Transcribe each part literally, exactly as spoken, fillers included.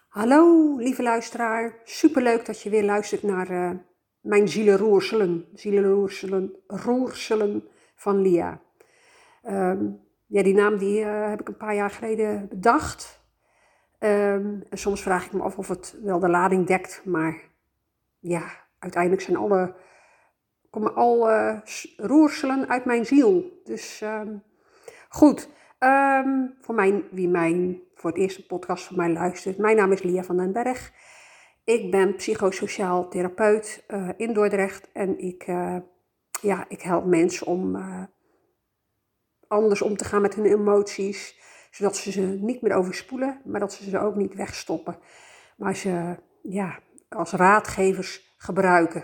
Hallo lieve luisteraar, superleuk dat je weer luistert naar uh, mijn zielenroerselen, zielenroerselen roerselen van Lia. Um, ja, die naam die, uh, heb ik een paar jaar geleden bedacht. Um, en soms vraag ik me af of het wel de lading dekt, maar ja, uiteindelijk zijn alle, komen al uh, roerselen uit mijn ziel. Dus um, goed. Um, voor mij, wie mijn, voor het eerste podcast van mij luistert. Mijn naam is Lia van den Berg. Ik ben psychosociaal therapeut uh, in Dordrecht. En ik, uh, ja, ik help mensen om uh, anders om te gaan met hun emoties. Zodat ze ze niet meer overspoelen, maar dat ze ze ook niet wegstoppen. Maar ze ja, als raadgevers gebruiken.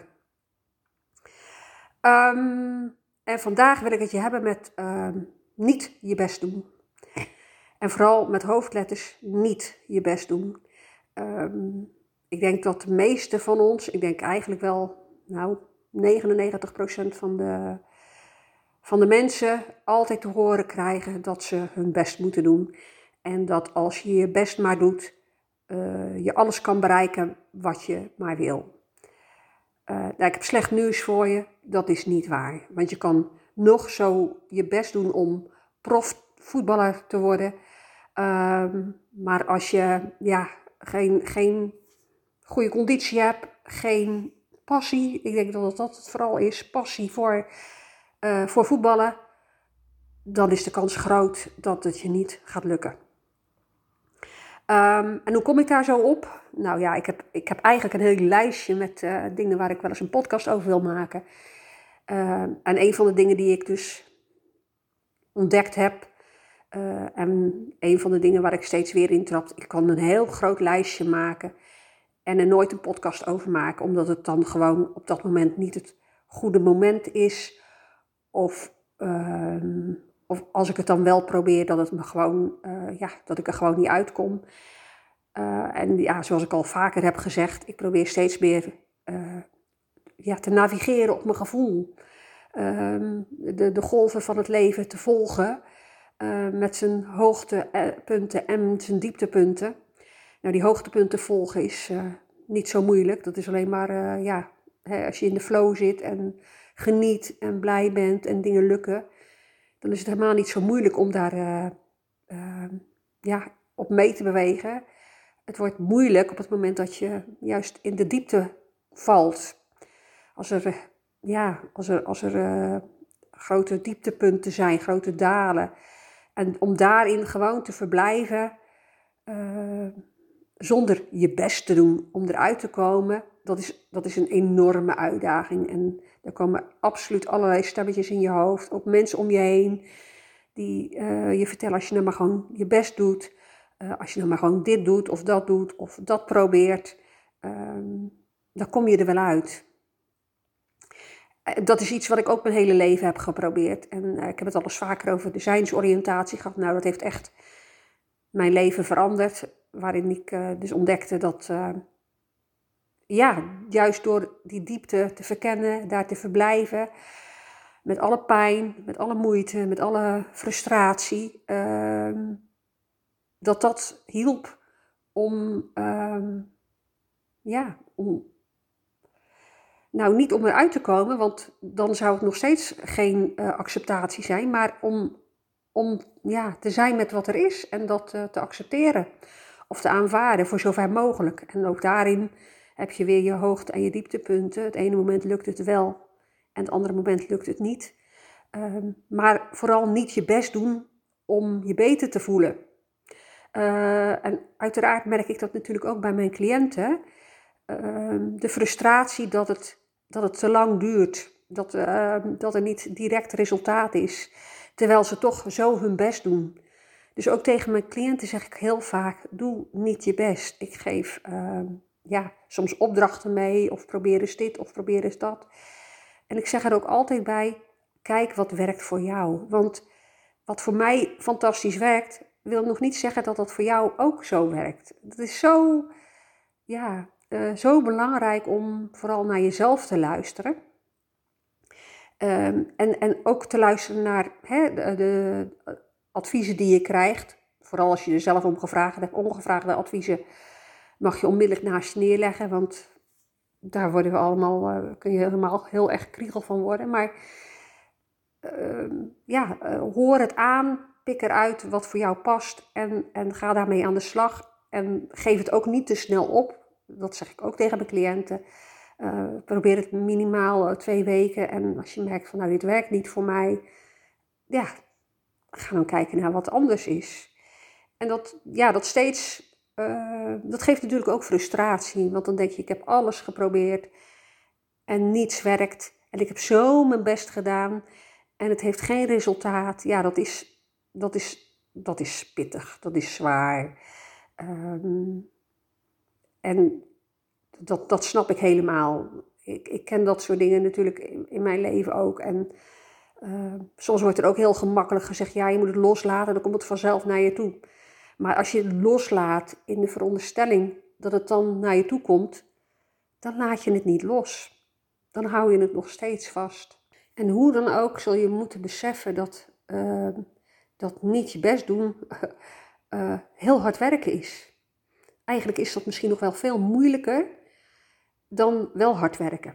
Um, en vandaag wil ik het je hebben met uh, niet je best doen. En vooral met hoofdletters niet je best doen. Um, ik denk dat de meeste van ons, ik denk eigenlijk wel, nou, negenennegentig procent van de, van de mensen altijd te horen krijgen dat ze hun best moeten doen. En dat als je je best maar doet, uh, je alles kan bereiken wat je maar wil. Uh, nou, ik heb slecht nieuws voor je, dat is niet waar. Want je kan nog zo je best doen om profvoetballer te worden. Um, maar als je ja, geen, geen goede conditie hebt, geen passie, ik denk dat dat het vooral is, passie voor, uh, voor voetballen, dan is de kans groot dat het je niet gaat lukken. Um, en hoe kom ik daar zo op? Nou ja, ik heb, ik heb eigenlijk een heel lijstje met uh, dingen waar ik wel eens een podcast over wil maken. Uh, en een van de dingen die ik dus ontdekt heb, Uh, en een van de dingen waar ik steeds weer intrap, ik kan een heel groot lijstje maken en er nooit een podcast over maken, omdat het dan gewoon op dat moment niet het goede moment is. Of, uh, of als ik het dan wel probeer, dat het me gewoon, uh, ja, dat ik er gewoon niet uitkom. Uh, en ja, zoals ik al vaker heb gezegd, ik probeer steeds meer uh, ja, te navigeren op mijn gevoel. Uh, de, de golven van het leven te volgen. Uh, met zijn hoogtepunten en zijn dieptepunten. Nou, die hoogtepunten volgen is uh, niet zo moeilijk. Dat is alleen maar, uh, ja, hè, als je in de flow zit en geniet en blij bent en dingen lukken, dan is het helemaal niet zo moeilijk om daar uh, uh, ja, op mee te bewegen. Het wordt moeilijk op het moment dat je juist in de diepte valt. Als er, ja, als er, als er uh, grote dieptepunten zijn, grote dalen. En om daarin gewoon te verblijven, uh, zonder je best te doen om eruit te komen, dat is, dat is een enorme uitdaging. En er komen absoluut allerlei stemmetjes in je hoofd, ook mensen om je heen, die uh, je vertellen als je nou maar gewoon je best doet, uh, als je nou maar gewoon dit doet of dat doet of dat probeert, uh, dan kom je er wel uit. Dat is iets wat ik ook mijn hele leven heb geprobeerd. En uh, ik heb het al eens vaker over de zijnsoriëntatie gehad. Nou, dat heeft echt mijn leven veranderd. Waarin ik uh, dus ontdekte dat, uh, ja, juist door die diepte te verkennen, daar te verblijven, met alle pijn, met alle moeite, met alle frustratie, uh, dat dat hielp om, uh, ja, om... Nou, niet om eruit te komen, want dan zou het nog steeds geen uh, acceptatie zijn, maar om, om ja, te zijn met wat er is en dat uh, te accepteren of te aanvaarden voor zover mogelijk. En ook daarin heb je weer je hoogte- en je dieptepunten. Het ene moment lukt het wel en het andere moment lukt het niet. Um, maar vooral niet je best doen om je beter te voelen. Uh, en uiteraard merk ik dat natuurlijk ook bij mijn cliënten. Uh, de frustratie dat het... dat het te lang duurt, dat, uh, dat er niet direct resultaat is, terwijl ze toch zo hun best doen. Dus ook tegen mijn cliënten zeg ik heel vaak, doe niet je best. Ik geef uh, ja, soms opdrachten mee, of probeer eens dit, of probeer eens dat. En ik zeg er ook altijd bij, kijk wat werkt voor jou. Want wat voor mij fantastisch werkt, wil nog niet zeggen dat dat voor jou ook zo werkt. Het is zo, ja... Uh, zo belangrijk om vooral naar jezelf te luisteren. Um, en, en ook te luisteren naar hè, de, de adviezen die je krijgt. Vooral als je er zelf om gevraagd hebt, ongevraagde adviezen. mag je onmiddellijk naast je neerleggen, want daar worden we allemaal, uh, kun je helemaal heel erg kriegel van worden. Maar uh, ja, uh, hoor het aan, pik eruit wat voor jou past en, en ga daarmee aan de slag. En geef het ook niet te snel op. Dat zeg ik ook tegen mijn cliënten. Uh, probeer het minimaal uh, twee weken. En als je merkt van nou dit werkt niet voor mij. Ja, ga dan kijken naar wat anders is. En dat, ja, dat steeds, uh, dat geeft natuurlijk ook frustratie. Want dan denk je ik heb alles geprobeerd. En niets werkt. En ik heb zo mijn best gedaan. En het heeft geen resultaat. Ja, dat is, dat is, dat is pittig. Dat is zwaar. Um, en dat, dat snap ik helemaal. Ik, ik ken dat soort dingen natuurlijk in, in mijn leven ook. En uh, soms wordt er ook heel gemakkelijk gezegd, ja, je moet het loslaten, dan komt het vanzelf naar je toe. Maar als je het loslaat in de veronderstelling dat het dan naar je toe komt, dan laat je het niet los. Dan hou je het nog steeds vast. En hoe dan ook zul je moeten beseffen dat, uh, dat niet je best doen uh, heel hard werken is. Eigenlijk is dat misschien nog wel veel moeilijker dan wel hard werken.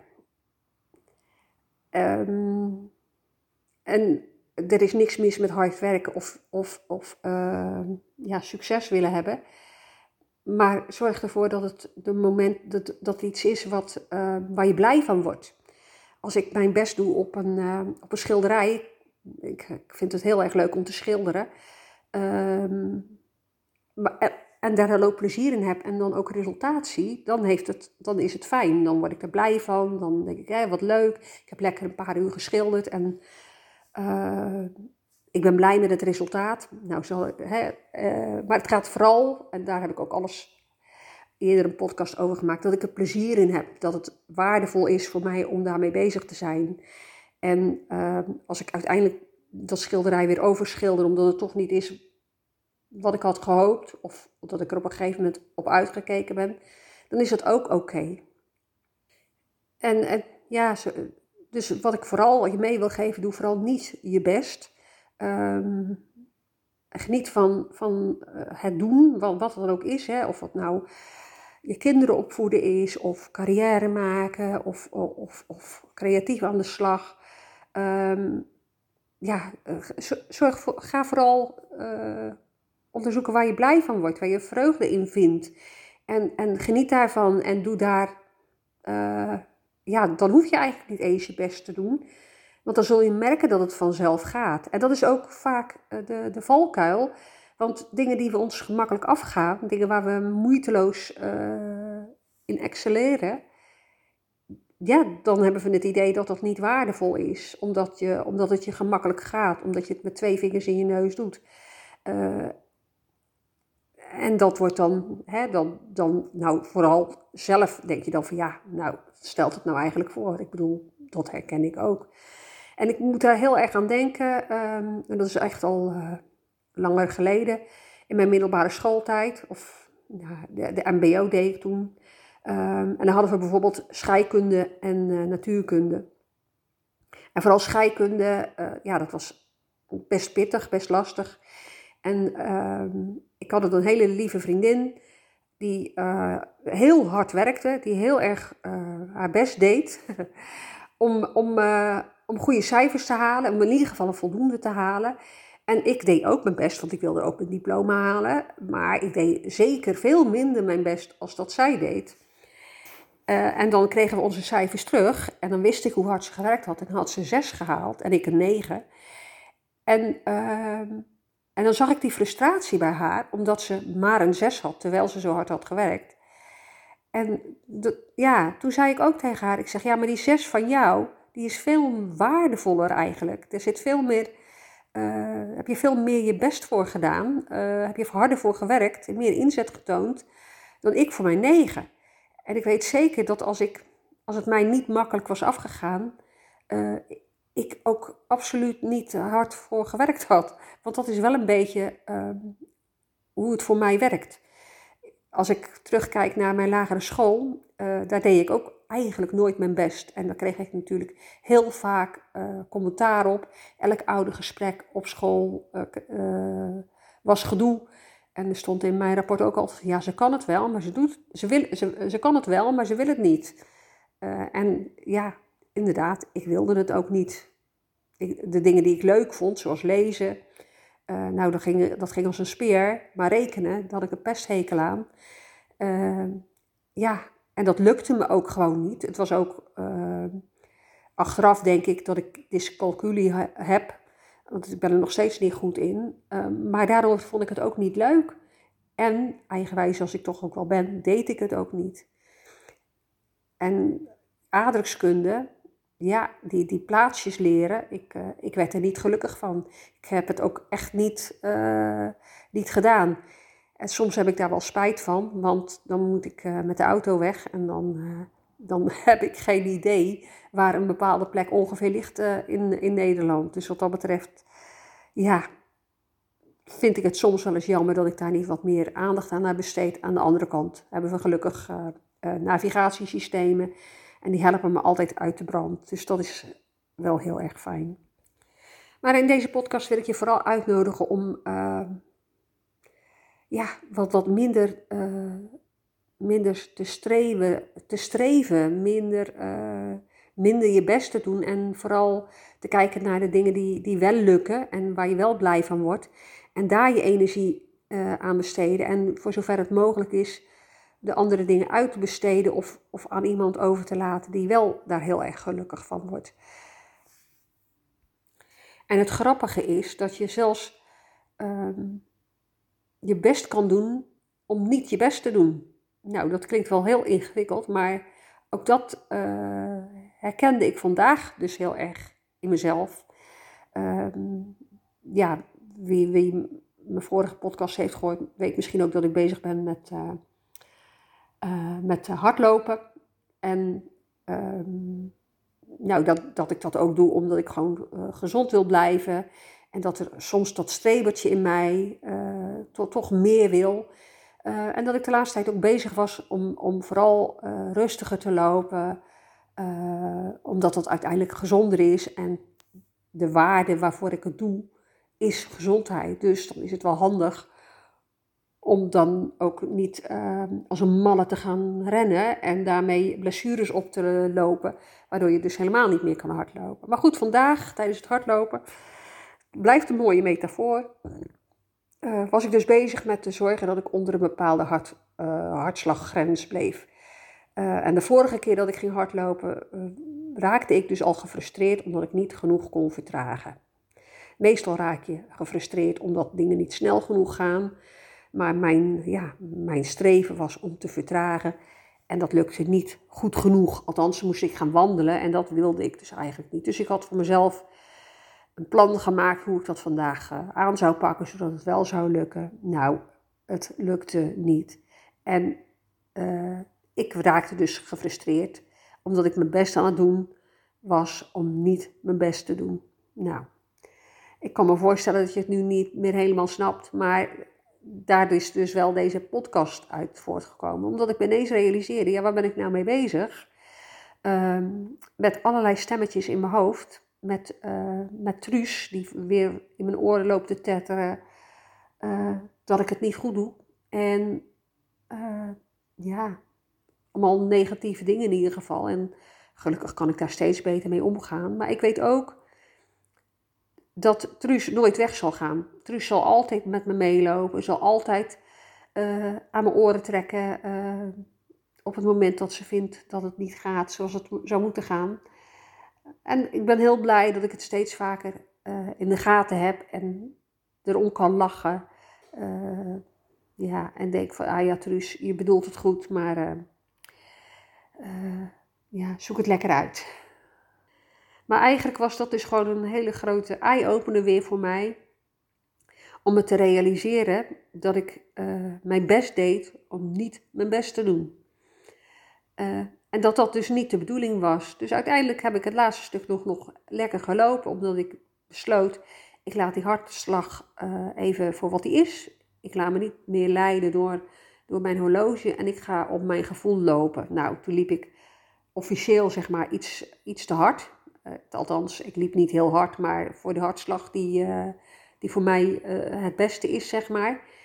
Um, en er is niks mis met hard werken of, of, of uh, ja, succes willen hebben. Maar zorg ervoor dat het de moment dat, dat iets is wat, uh, waar je blij van wordt. Als ik mijn best doe op een, uh, op een schilderij, ik, ik vind het heel erg leuk om te schilderen. Um, maar, en daar dan ook plezier in heb en dan ook resultaat zie, dan, heeft het, dan is het fijn. Dan word ik er blij van, dan denk ik, hé, wat leuk. Ik heb lekker een paar uur geschilderd en uh, ik ben blij met het resultaat. Nou, zo, hè, uh, maar het gaat vooral, en daar heb ik ook alles eerder een podcast over gemaakt, dat ik er plezier in heb. Dat het waardevol is voor mij om daarmee bezig te zijn. En uh, als ik uiteindelijk dat schilderij weer overschilder, omdat het toch niet is wat ik had gehoopt, of dat ik er op een gegeven moment op uitgekeken ben, dan is dat ook oké. Okay. En, en ja, dus wat ik vooral je mee wil geven, doe vooral niet je best. Um, geniet van, van het doen, wat, wat het dan ook is, hè, of wat nou je kinderen opvoeden is, of carrière maken, of, of, of creatief aan de slag. Um, ja, zorg voor, ga vooral Uh, onderzoeken waar je blij van wordt, waar je vreugde in vindt. En, en geniet daarvan en doe daar, uh, ja, dan hoef je eigenlijk niet eens je best te doen. Want dan zul je merken dat het vanzelf gaat. En dat is ook vaak uh, de, de valkuil. Want dingen die we ons gemakkelijk afgaan, dingen waar we moeiteloos uh, in excelleren, ja, dan hebben we het idee dat dat niet waardevol is. Omdat, je, omdat het je gemakkelijk gaat, omdat je het met twee vingers in je neus doet. Uh, En dat wordt dan, hè, dan, dan, nou vooral zelf denk je dan van ja, nou stelt het nou eigenlijk voor. Ik bedoel, dat herken ik ook. En ik moet daar heel erg aan denken, um, en dat is echt al uh, langer geleden, in mijn middelbare schooltijd, of ja, de, de M B O deed ik toen. Um, en dan hadden we bijvoorbeeld scheikunde en uh, natuurkunde. En vooral scheikunde, uh, ja dat was best pittig, best lastig. En um, ik had een hele lieve vriendin die uh, heel hard werkte, die heel erg uh, haar best deed om, om, uh, om goede cijfers te halen, om in ieder geval een voldoende te halen. En ik deed ook mijn best, want ik wilde ook mijn diploma halen, maar ik deed zeker veel minder mijn best als dat zij deed. Uh, en dan kregen we onze cijfers terug en dan wist ik hoe hard ze gewerkt had en dan had ze zes gehaald en ik een negen. En Uh, En dan zag ik die frustratie bij haar, omdat ze maar een zes had, terwijl ze zo hard had gewerkt. En de, ja, toen zei ik ook tegen haar, ik zeg, ja, maar die zes van jou, die is veel waardevoller eigenlijk. Er zit veel meer, uh, heb je veel meer je best voor gedaan, uh, heb je harder voor gewerkt, meer inzet getoond, dan ik voor mijn negen. En ik weet zeker dat als, ik, als het mij niet makkelijk was afgegaan, Uh, ik ook absoluut niet hard voor gewerkt had. Want dat is wel een beetje uh, hoe het voor mij werkt. Als ik terugkijk naar mijn lagere school, uh, daar deed ik ook eigenlijk nooit mijn best. En daar kreeg ik natuurlijk heel vaak uh, commentaar op. Elk oude gesprek op school uh, uh, was gedoe. En er stond in mijn rapport ook altijd, ja, ze kan het wel, maar ze doet, ze wil, ze, ze kan het wel, maar ze wil het niet. Uh, en ja, inderdaad, ik wilde het ook niet. Ik, de dingen die ik leuk vond, zoals lezen, uh, nou, dat ging, dat ging als een speer. Maar rekenen, daar had ik een pesthekel aan. Uh, ja, en dat lukte me ook gewoon niet. Het was ook, uh, achteraf denk ik dat ik dyscalculie ha- heb. Want ik ben er nog steeds niet goed in. Uh, maar daardoor vond ik het ook niet leuk. En eigenwijs als ik toch ook wel ben, deed ik het ook niet. En aardrijkskunde, ja, die, die plaatsjes leren, ik, uh, ik werd er niet gelukkig van. Ik heb het ook echt niet, uh, niet gedaan. En soms heb ik daar wel spijt van, want dan moet ik uh, met de auto weg en dan, uh, dan heb ik geen idee waar een bepaalde plek ongeveer ligt uh, in, in Nederland. Dus wat dat betreft, ja, vind ik het soms wel eens jammer dat ik daar niet wat meer aandacht aan heb besteed. Aan de andere kant hebben we gelukkig uh, uh, navigatiesystemen en die helpen me altijd uit de brand. Dus dat is wel heel erg fijn. Maar in deze podcast wil ik je vooral uitnodigen om uh, ja, wat, wat minder, uh, minder te, streven, te streven, minder, uh, minder je best te doen en vooral te kijken naar de dingen die, die wel lukken en waar je wel blij van wordt. En daar je energie uh, aan besteden. En voor zover het mogelijk is, de andere dingen uit te besteden. Of, of aan iemand over te laten die wel daar heel erg gelukkig van wordt. En het grappige is dat je zelfs um, je best kan doen om niet je best te doen. Nou, dat klinkt wel heel ingewikkeld. Maar ook dat uh, herkende ik vandaag dus heel erg in mezelf. Um, ja, wie... wie mijn vorige podcast heeft gehoord, weet misschien ook dat ik bezig ben met, uh, uh, met hardlopen. En um, nou, dat, dat ik dat ook doe omdat ik gewoon uh, gezond wil blijven. En dat er soms dat strebertje in mij uh, to, toch meer wil. Uh, en dat ik de laatste tijd ook bezig was om, om vooral uh, rustiger te lopen. Uh, omdat dat uiteindelijk gezonder is. En de waarde waarvoor ik het doe, is gezondheid. Dus dan is het wel handig om dan ook niet uh, als een malle te gaan rennen en daarmee blessures op te lopen, waardoor je dus helemaal niet meer kan hardlopen. Maar goed, vandaag tijdens het hardlopen, blijft een mooie metafoor, uh, was ik dus bezig met te zorgen dat ik onder een bepaalde hart, uh, hartslaggrens bleef. Uh, en de vorige keer dat ik ging hardlopen, uh, raakte ik dus al gefrustreerd omdat ik niet genoeg kon vertragen. Meestal raak je gefrustreerd omdat dingen niet snel genoeg gaan. Maar mijn, ja, mijn streven was om te vertragen. En dat lukte niet goed genoeg. Althans, moest ik gaan wandelen en dat wilde ik dus eigenlijk niet. Dus ik had voor mezelf een plan gemaakt hoe ik dat vandaag uh, aan zou pakken, zodat het wel zou lukken. Nou, het lukte niet. En uh, ik raakte dus gefrustreerd, omdat ik mijn best aan het doen was om niet mijn best te doen. Nou, ik kan me voorstellen dat je het nu niet meer helemaal snapt, maar daar is dus wel deze podcast uit voortgekomen. Omdat ik me ineens realiseerde, ja, waar ben ik nou mee bezig? Um, met allerlei stemmetjes in mijn hoofd. Met, uh, met Truus, die weer in mijn oren loopt te tetteren. Uh, dat ik het niet goed doe. En uh, ja, allemaal negatieve dingen in ieder geval. En gelukkig kan ik daar steeds beter mee omgaan. Maar ik weet ook dat Truus nooit weg zal gaan. Truus zal altijd met me meelopen, zal altijd uh, aan mijn oren trekken uh, op het moment dat ze vindt dat het niet gaat zoals het zou moeten gaan. En ik ben heel blij dat ik het steeds vaker uh, in de gaten heb en erom kan lachen. Uh, ja, en denk van, ah ja Truus, je bedoelt het goed, maar uh, uh, ja, zoek het lekker uit. Maar eigenlijk was dat dus gewoon een hele grote eye-opener weer voor mij. Om me te realiseren dat ik uh, mijn best deed om niet mijn best te doen. Uh, en dat dat dus niet de bedoeling was. Dus uiteindelijk heb ik het laatste stuk nog, nog lekker gelopen. Omdat ik besloot, ik laat die hartslag uh, even voor wat die is. Ik laat me niet meer leiden door, door mijn horloge. En ik ga op mijn gevoel lopen. Nou, toen liep ik officieel zeg maar iets, iets te hard. Uh, althans, ik liep niet heel hard, maar voor de hartslag die, uh, die voor mij uh, het beste is, zeg maar.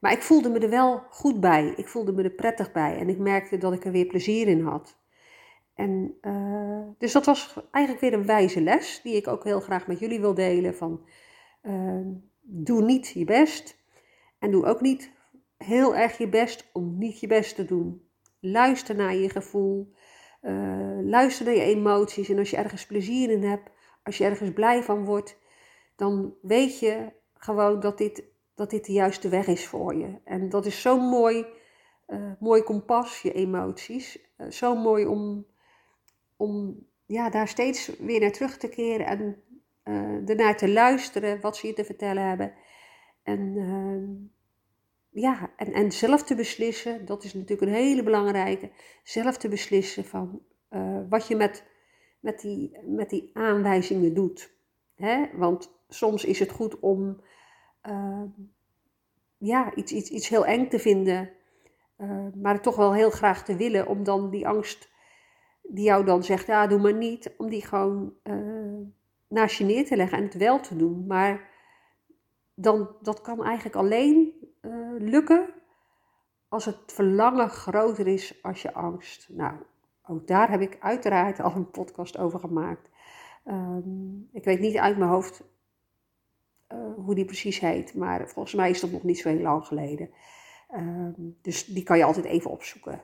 Maar ik voelde me er wel goed bij. Ik voelde me er prettig bij. En ik merkte dat ik er weer plezier in had. En, uh, dus dat was eigenlijk weer een wijze les. Die ik ook heel graag met jullie wil delen. Van, uh, doe niet je best. En doe ook niet heel erg je best om niet je best te doen. Luister naar je gevoel. Uh, luister naar je emoties. En als je ergens plezier in hebt. Als je ergens blij van wordt. Dan weet je gewoon dat dit, dat dit de juiste weg is voor je. En dat is zo'n mooi, uh, mooi kompas, je emoties. Uh, zo mooi om, om ja, daar steeds weer naar terug te keren. En uh, ernaar te luisteren wat ze je te vertellen hebben. En, uh, ja, en, en zelf te beslissen. Dat is natuurlijk een hele belangrijke. Zelf te beslissen van uh, wat je met, met, die, met die aanwijzingen doet. Hè? Want soms is het goed om uh, ja, iets, iets, iets heel eng te vinden, uh, maar het toch wel heel graag te willen, om dan die angst die jou dan zegt, ja, doe maar niet, om die gewoon uh, naast je neer te leggen en het wel te doen. Maar dan, dat kan eigenlijk alleen uh, lukken als het verlangen groter is als je angst. Nou, ook daar heb ik uiteraard al een podcast over gemaakt. Um, ik weet niet uit mijn hoofd Uh, hoe die precies heet, maar volgens mij is dat nog niet zo heel lang geleden. Uh, dus die kan je altijd even opzoeken.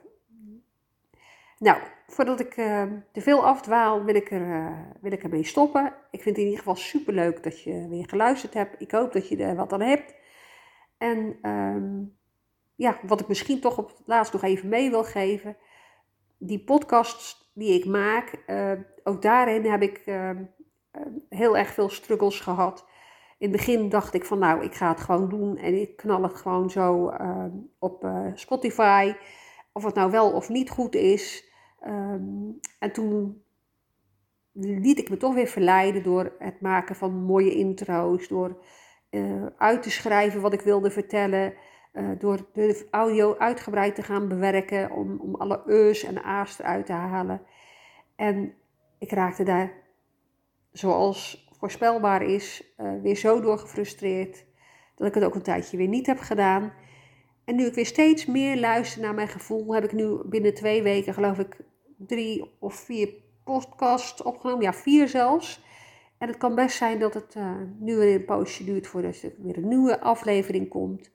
Nou, voordat ik uh, te veel afdwaal, wil ik, er, uh, wil ik ermee stoppen. Ik vind het in ieder geval superleuk dat je weer geluisterd hebt. Ik hoop dat je er wat aan hebt. En um, ja, wat ik misschien toch op het laatst nog even mee wil geven. Die podcasts die ik maak, uh, ook daarin heb ik uh, uh, heel erg veel struggles gehad. In het begin dacht ik van nou, ik ga het gewoon doen en ik knal het gewoon zo uh, op uh, Spotify. Of het nou wel of niet goed is. Um, en toen liet ik me toch weer verleiden door het maken van mooie intro's. Door uh, uit te schrijven wat ik wilde vertellen. Uh, door de audio uitgebreid te gaan bewerken om, om alle e's en a's eruit te halen. En ik raakte daar, zoals voorspelbaar is, uh, weer zo door gefrustreerd dat ik het ook een tijdje weer niet heb gedaan. En nu ik weer steeds meer luister naar mijn gevoel, heb ik nu binnen twee weken geloof ik drie of vier podcasts opgenomen. Ja, vier zelfs. En het kan best zijn dat het uh, nu weer een poosje duurt voordat er weer een nieuwe aflevering komt.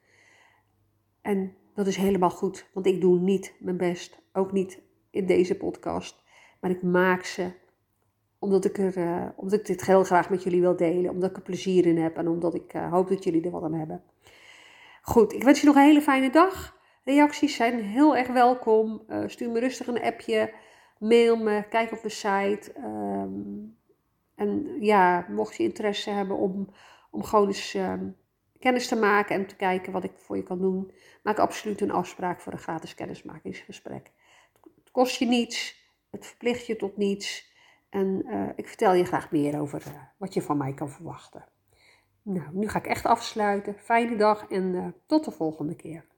En dat is helemaal goed, want ik doe niet mijn best, ook niet in deze podcast. Maar ik maak ze omdat ik, er, uh, omdat ik dit heel graag met jullie wil delen, omdat ik er plezier in heb en omdat ik uh, hoop dat jullie er wat aan hebben. Goed, ik wens je nog een hele fijne dag. Reacties zijn heel erg welkom. Uh, stuur me rustig een appje, mail me, kijk op mijn site. Um, en ja, mocht je interesse hebben om, om gewoon eens um, kennis te maken en te kijken wat ik voor je kan doen, maak absoluut een afspraak voor een gratis kennismakingsgesprek. Het kost je niets, het verplicht je tot niets. En uh, ik vertel je graag meer over uh, wat je van mij kan verwachten. Nou, nu ga ik echt afsluiten. Fijne dag en uh, tot de volgende keer.